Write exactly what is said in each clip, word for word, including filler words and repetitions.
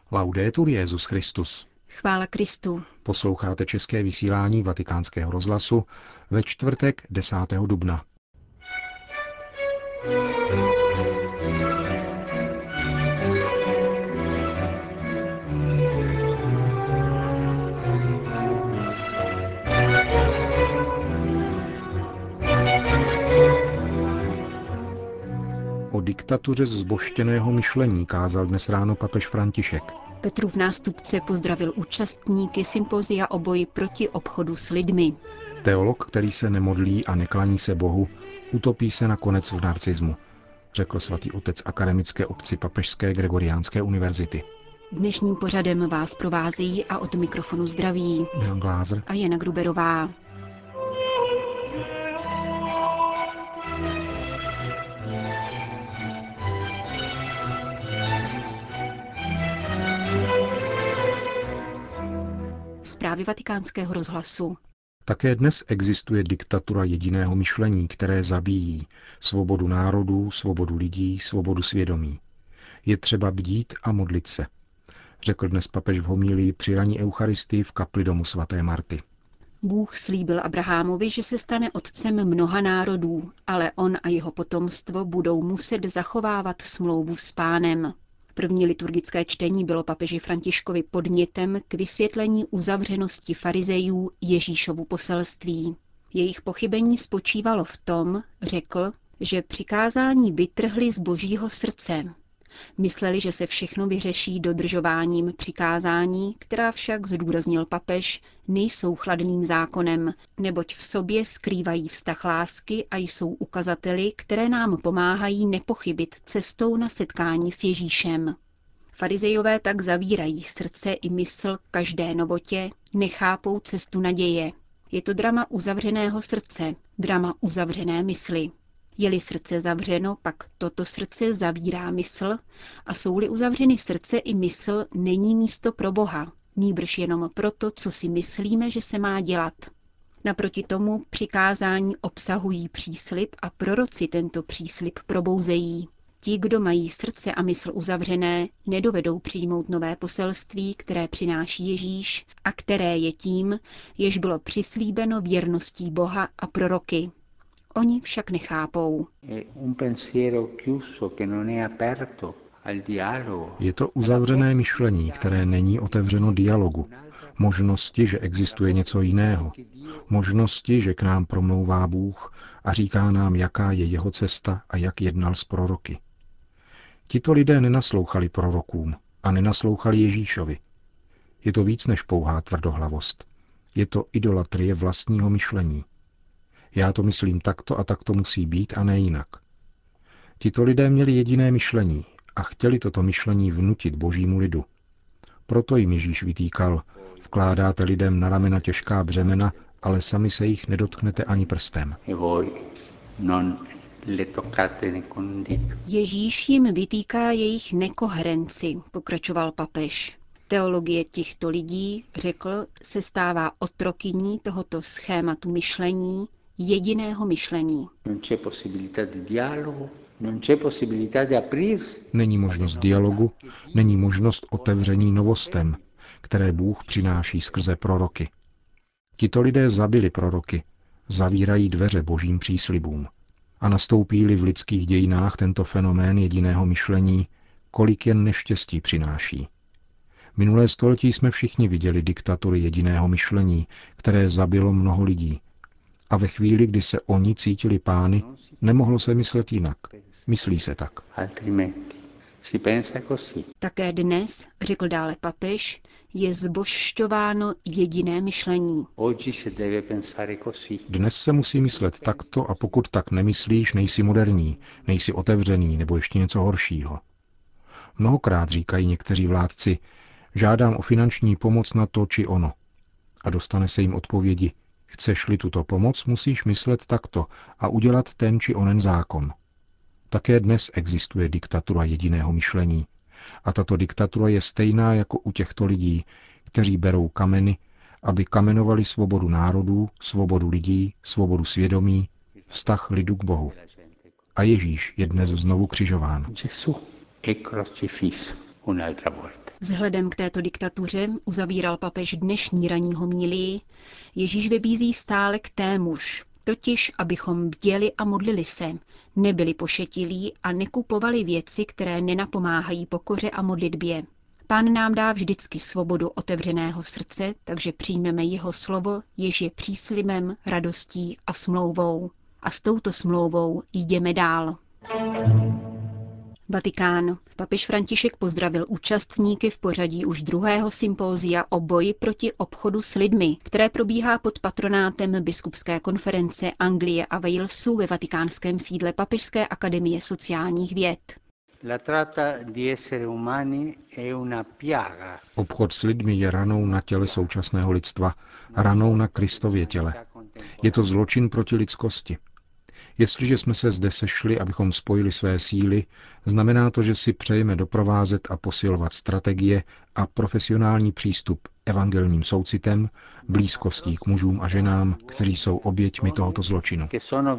Laudetur Jesus Christus. Chvála Kristu. Posloucháte české vysílání Vatikánského rozhlasu ve čtvrtek desátého dubna. O diktatuře zboštěného myšlení kázal dnes ráno papež František. Petrův nástupce pozdravil účastníky sympozia o boji proti obchodu s lidmi. Teolog, který se nemodlí a neklaní se Bohu, utopí se nakonec v narcismu, řekl svatý otec akademické obci Papežské Gregoriánské univerzity. Dnešním pořadem vás provázejí a od mikrofonu zdraví Milan Glázer a Jana Gruberová. Zprávy Vatikánského rozhlasu. Také dnes existuje diktatura jediného myšlení, které zabíjí svobodu národů, svobodu lidí, svobodu svědomí. Je třeba bdít a modlit se, řekl dnes papež v homílii při ranní eucharistii v kapli domu svaté Marty. Bůh slíbil Abrahamovi, že se stane otcem mnoha národů, ale on a jeho potomstvo budou muset zachovávat smlouvu s Pánem. První liturgické čtení bylo papeži Františkovi podnětem k vysvětlení uzavřenosti farizejů Ježíšovu poselství. Jejich pochybení spočívalo v tom, řekl, že přikázání vytrhli z božího srdce. Mysleli, že se všechno vyřeší dodržováním přikázání, která však, zdůraznil papež, nejsou chladným zákonem, neboť v sobě skrývají vztah lásky a jsou ukazateli, které nám pomáhají nepochybit cestou na setkání s Ježíšem. Farizejové tak zavírají srdce i mysl každé novotě, nechápou cestu naděje. Je to drama uzavřeného srdce, drama uzavřené mysli. Je-li srdce zavřeno, pak toto srdce zavírá mysl a jsou-li uzavřeny srdce i mysl, není místo pro Boha, nýbrž jenom proto, co si myslíme, že se má dělat. Naproti tomu přikázání obsahují příslib a proroci tento příslib probouzejí. Ti, kdo mají srdce a mysl uzavřené, nedovedou přijmout nové poselství, které přináší Ježíš a které je tím, jež bylo přislíbeno věrností Boha a proroky. Oni však nechápou. Je to uzavřené myšlení, které není otevřeno dialogu, možnosti, že existuje něco jiného, možnosti, že k nám promlouvá Bůh a říká nám, jaká je jeho cesta a jak jednal s proroky. Tito lidé nenaslouchali prorokům a nenaslouchali Ježíšovi. Je to víc než pouhá tvrdohlavost. Je to idolatrie vlastního myšlení. Já to myslím takto a takto musí být a ne jinak. Tito lidé měli jediné myšlení a chtěli toto myšlení vnutit božímu lidu. Proto jim Ježíš vytýkal, vkládáte lidem na ramena těžká břemena, ale sami se jich nedotknete ani prstem. Ježíš jim vytýká jejich nekoherenci, pokračoval papež. Teologie těchto lidí, řekl, se stává otrokyní tohoto schématu myšlení, jediného myšlení. Není možnost dialogu, není možnost otevření novostem, které Bůh přináší skrze proroky. Tito lidé zabili proroky, zavírají dveře božím příslibům. A nastoupí-li v lidských dějinách tento fenomén jediného myšlení, kolik jen neštěstí přináší. Minulé století jsme všichni viděli diktatury jediného myšlení, které zabilo mnoho lidí. A ve chvíli, kdy se oni cítili pány, nemohlo se myslet jinak. Myslí se tak. Také dnes, řekl dále papež, je zbožšťováno jediné myšlení. Dnes se musí myslet takto a pokud tak nemyslíš, nejsi moderní, nejsi otevřený nebo ještě něco horšího. Mnohokrát říkají někteří vládci, žádám o finanční pomoc na to či ono. A dostane se jim odpovědi, chceš-li tuto pomoc, musíš myslet takto a udělat ten či onen zákon. Také dnes existuje diktatura jediného myšlení. A tato diktatura je stejná jako u těchto lidí, kteří berou kameny, aby kamenovali svobodu národů, svobodu lidí, svobodu svědomí, vztah lidu k Bohu. A Ježíš je dnes znovu křižován. Vzhledem k této diktatuře, uzavíral papež dnešní ranní homílii, Ježíš vybízí stále k témuž, totiž abychom bděli a modlili se, nebyli pošetilí a nekupovali věci, které nenapomáhají pokoře a modlitbě. Pán nám dá vždycky svobodu otevřeného srdce, takže přijmeme jeho slovo, jež je příslibem, radostí a smlouvou. A s touto smlouvou jdeme dál. Vatikán. Papež František pozdravil účastníky v pořadí už druhého sympózia o boji proti obchodu s lidmi, které probíhá pod patronátem Biskupské konference Anglie a Walesu ve vatikánském sídle Papežské akademie sociálních věd. Obchod s lidmi je ranou na těle současného lidstva, ranou na Kristově těle. Je to zločin proti lidskosti. Jestliže jsme se zde sešli, abychom spojili své síly, znamená to, že si přejeme doprovázet a posilovat strategie a profesionální přístup evangelním soucitem, blízkostí k mužům a ženám, kteří jsou oběťmi tohoto zločinu.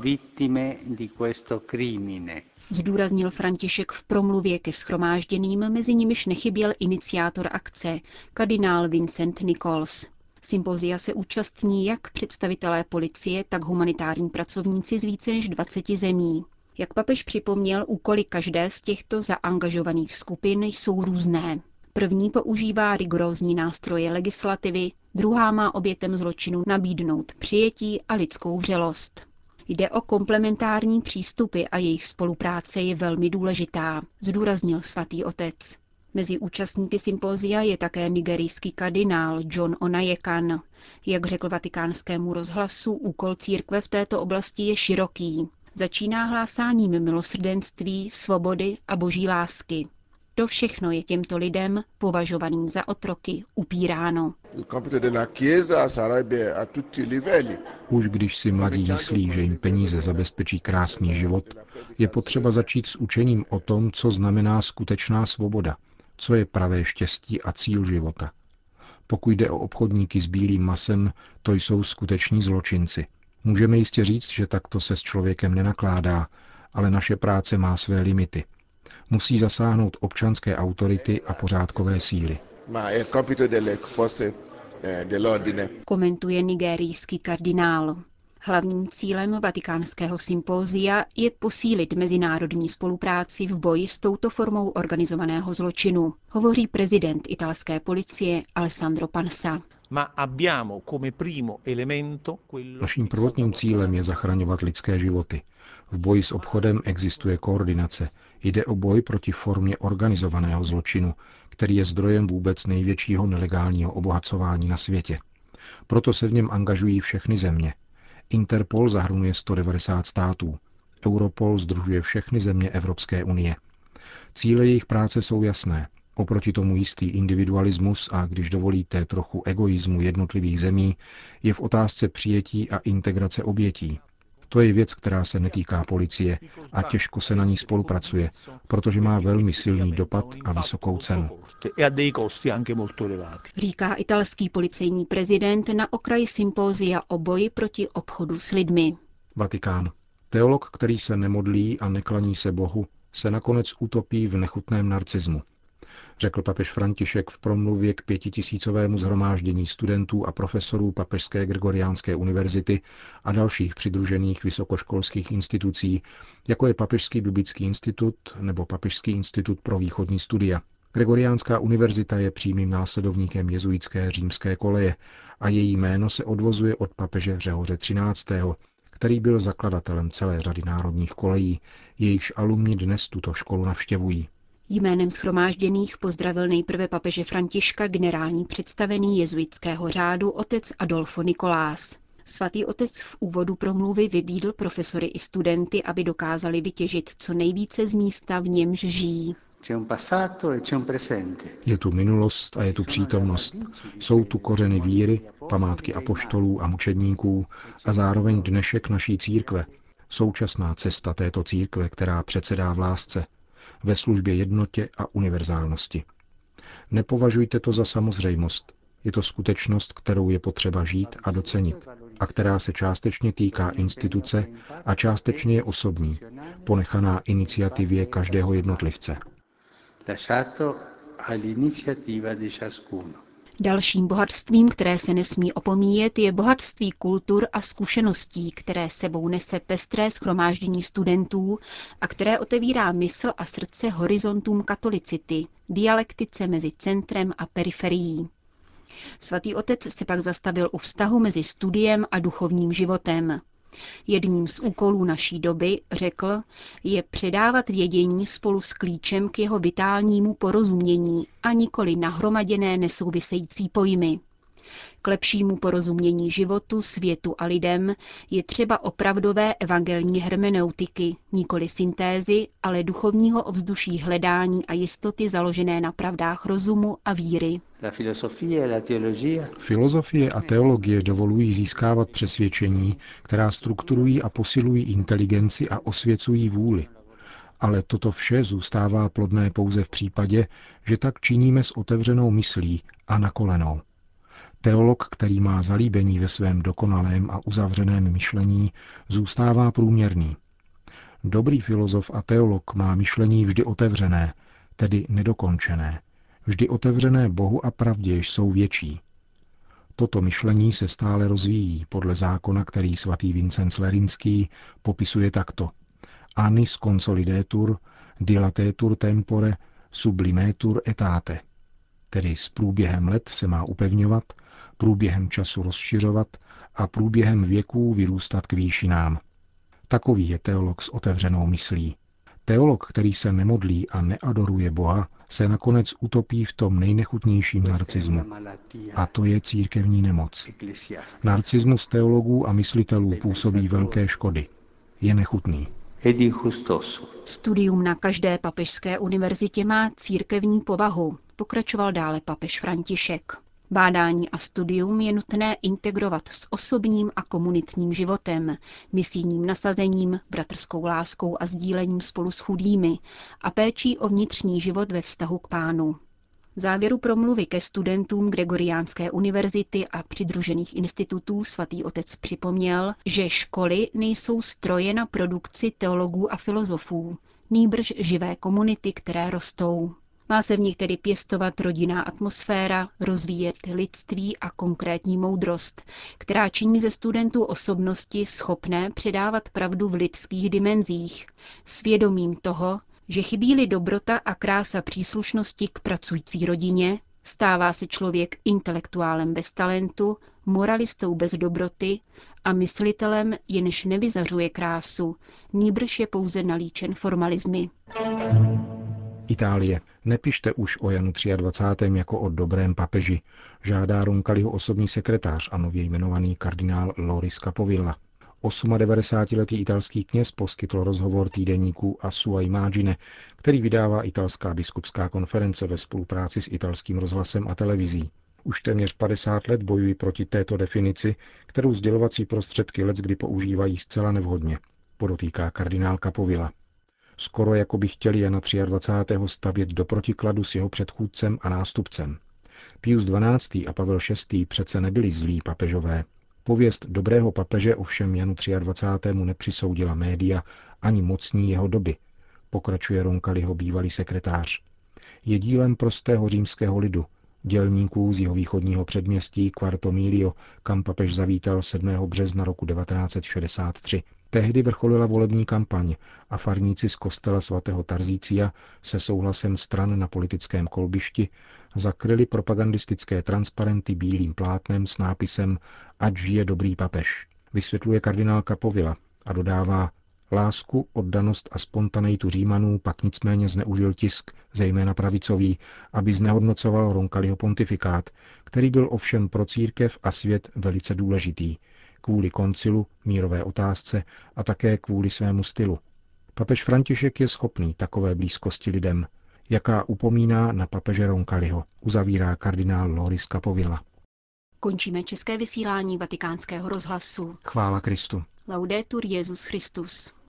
Zdůraznil František v promluvě ke shromážděným, mezi nimiž nechyběl iniciátor akce, kardinál Vincent Nichols. Sympozia se účastní jak představitelé policie, tak humanitární pracovníci z více než dvaceti zemí. Jak papež připomněl, úkoly každé z těchto zaangažovaných skupin jsou různé. První používá rigorózní nástroje legislativy, druhá má obětem zločinu nabídnout přijetí a lidskou vřelost. Jde o komplementární přístupy a jejich spolupráce je velmi důležitá, zdůraznil svatý otec. Mezi účastníky sympózia je také nigerijský kardinál John Onayekan. Jak řekl vatikánskému rozhlasu, úkol církve v této oblasti je široký. Začíná hlásáním milosrdenství, svobody a boží lásky. To všechno je těmto lidem, považovaným za otroky, upíráno. Už když si mladí myslí, že jim peníze zabezpečí krásný život, je potřeba začít s učením o tom, co znamená skutečná svoboda, co je pravé štěstí a cíl života. Pokud jde o obchodníky s bílým masem, to jsou skuteční zločinci. Můžeme jistě říct, že takto se s člověkem nenakládá, ale naše práce má své limity. Musí zasáhnout občanské autority a pořádkové síly. Komentuje nigerijský kardinál. Hlavním cílem vatikánského sympózia je posílit mezinárodní spolupráci v boji s touto formou organizovaného zločinu, hovoří prezident italské policie Alessandro Pansa. Naším prvotním cílem je zachraňovat lidské životy. V boji s obchodem existuje koordinace. Jde o boj proti formě organizovaného zločinu, který je zdrojem vůbec největšího nelegálního obohacování na světě. Proto se v něm angažují všechny země. Interpol zahrnuje sto devadesát států. Europol sdružuje všechny země Evropské unie. Cíle jejich práce jsou jasné. Oproti tomu jistý individualismus a, když dovolíte, trochu egoismu jednotlivých zemí je v otázce přijetí a integrace obětí. To je věc, která se netýká policie a těžko se na ní spolupracuje, protože má velmi silný dopad a vysokou cenu. Říká italský policejní prezident na okraji sympózia o boji proti obchodu s lidmi. Vatikán. Teolog, který se nemodlí a neklaní se Bohu, se nakonec utopí v nechutném narcismu, řekl papež František v promluvě k pětitisícovému shromáždění studentů a profesorů Papežské Gregoriánské univerzity a dalších přidružených vysokoškolských institucí, jako je Papežský biblický institut nebo Papežský institut pro východní studia. Gregoriánská univerzita je přímým následovníkem jezuitské římské koleje a její jméno se odvozuje od papeže Řehoře třináctého., který byl zakladatelem celé řady národních kolejí, jejichž alumni dnes tuto školu navštěvují. Jménem shromážděných pozdravil nejprve papeže Františka generální představený jezuitského řádu otec Adolfo Nicolás. Svatý otec v úvodu promluvy vybídl profesory i studenty, aby dokázali vytěžit co nejvíce z místa, v němž žijí. Je tu minulost a je tu přítomnost. Jsou tu kořeny víry, památky apoštolů a mučedníků a zároveň dnešek naší církve, současná cesta této církve, která předsedá v lásce, ve službě jednotě a univerzálnosti. Nepovažujte to za samozřejmost. Je to skutečnost, kterou je potřeba žít a docenit, a která se částečně týká instituce a částečně je osobní, ponechaná iniciativě každého jednotlivce. all'iniziativa di ciascuno. Dalším bohatstvím, které se nesmí opomíjet, je bohatství kultur a zkušeností, které sebou nese pestré shromáždění studentů a které otevírá mysl a srdce horizontům katolicity, dialektice mezi centrem a periferií. Svatý otec se pak zastavil u vztahu mezi studiem a duchovním životem. Jedním z úkolů naší doby, řekl, je předávat vědění spolu s klíčem k jeho vitálnímu porozumění a nikoli nahromaděné nesouvisející pojmy. K lepšímu porozumění životu, světu a lidem je třeba opravdové evangelní hermeneutiky, nikoli syntézy, ale duchovního ovzduší hledání a jistoty založené na pravdách rozumu a víry. Filozofie a teologie dovolují získávat přesvědčení, která strukturují a posilují inteligenci a osvěcují vůli. Ale toto vše zůstává plodné pouze v případě, že tak činíme s otevřenou myslí a na kolenou. Teolog, který má zalíbení ve svém dokonalém a uzavřeném myšlení, zůstává průměrný. Dobrý filozof a teolog má myšlení vždy otevřené, tedy nedokončené. Vždy otevřené Bohu a pravdě, jež jsou větší. Toto myšlení se stále rozvíjí podle zákona, který svatý Vincenc Lerinský popisuje takto. Annis consolidetur, dilatetur tempore, sublimetur etate. Tedy s průběhem let se má upevňovat, průběhem času rozšiřovat a průběhem věků vyrůstat k výšinám. Takový je teolog s otevřenou myslí. Teolog, který se nemodlí a neadoruje Boha, se nakonec utopí v tom nejnechutnějším narcismu. A to je církevní nemoc. Narcismus teologů a myslitelů působí velké škody. Je nechutný. Studium na každé papežské univerzitě má církevní povahu, pokračoval dále papež František. Bádání a studium je nutné integrovat s osobním a komunitním životem, misijním nasazením, bratrskou láskou a sdílením spolu s chudými a péčí o vnitřní život ve vztahu k Pánu. V závěru promluvy ke studentům Gregoriánské univerzity a přidružených institutů svatý otec připomněl, že školy nejsou stroje na produkci teologů a filozofů, nýbrž živé komunity, které rostou. Má se v nich tedy pěstovat rodinná atmosféra, rozvíjet lidství a konkrétní moudrost, která činí ze studentů osobnosti schopné předávat pravdu v lidských dimenzích, svědomím toho, že chybí-li dobrota a krása příslušnosti k pracující rodině, stává se člověk intelektuálem bez talentu, moralistou bez dobroty a myslitelem, jenž nevyzařuje krásu, nýbrž je pouze nalíčen formalismy. Itálie. Nepište už o Janu dvacátém třetím jako o dobrém papeži, žádá Roncalliho osobní sekretář a nově jmenovaný kardinál Loris Capovilla. osmadevadesátletý italský kněz poskytl rozhovor týdeníku A Sua Imagine, který vydává italská biskupská konference ve spolupráci s italským rozhlasem a televizí. Už téměř padesát let bojuji proti této definici, kterou sdělovací prostředky leckdy používají zcela nevhodně, podotýká kardinál Capovilla. Skoro jako by chtěli Jana dvacátého třetího stavět do protikladu s jeho předchůdcem a nástupcem. Pius dvanáctý a Pavel šestý přece nebyli zlí papežové. Pověst dobrého papeže ovšem Janu dvacátému třetímu nepřisoudila média ani mocní jeho doby, pokračuje Roncalliho bývalý sekretář. Je dílem prostého římského lidu, dělníků z jihovýchodního předměstí Quarto Milio, kam papež zavítal sedmého března roku devatenáct set šedesát tři. Tehdy vrcholila volební kampaň a farníci z kostela svatého Tarzícia se souhlasem stran na politickém kolbišti zakryli propagandistické transparenty bílým plátnem s nápisem Ať žije dobrý papež. Vysvětluje kardinál Capovilla a dodává, lásku, oddanost a spontaneitu Římanů pak nicméně zneužil tisk, zejména pravicový, aby znehodnocoval Roncalliho pontifikát, který byl ovšem pro církev a svět velice důležitý, kvůli koncilu, mírové otázce a také kvůli svému stylu. Papež František je schopný takové blízkosti lidem, jaká upomíná na papeže Roncalliho, uzavírá kardinál Loris Capovilla. Končíme české vysílání Vatikánského rozhlasu. Chvála Kristu. Laudetur Jesus Christus.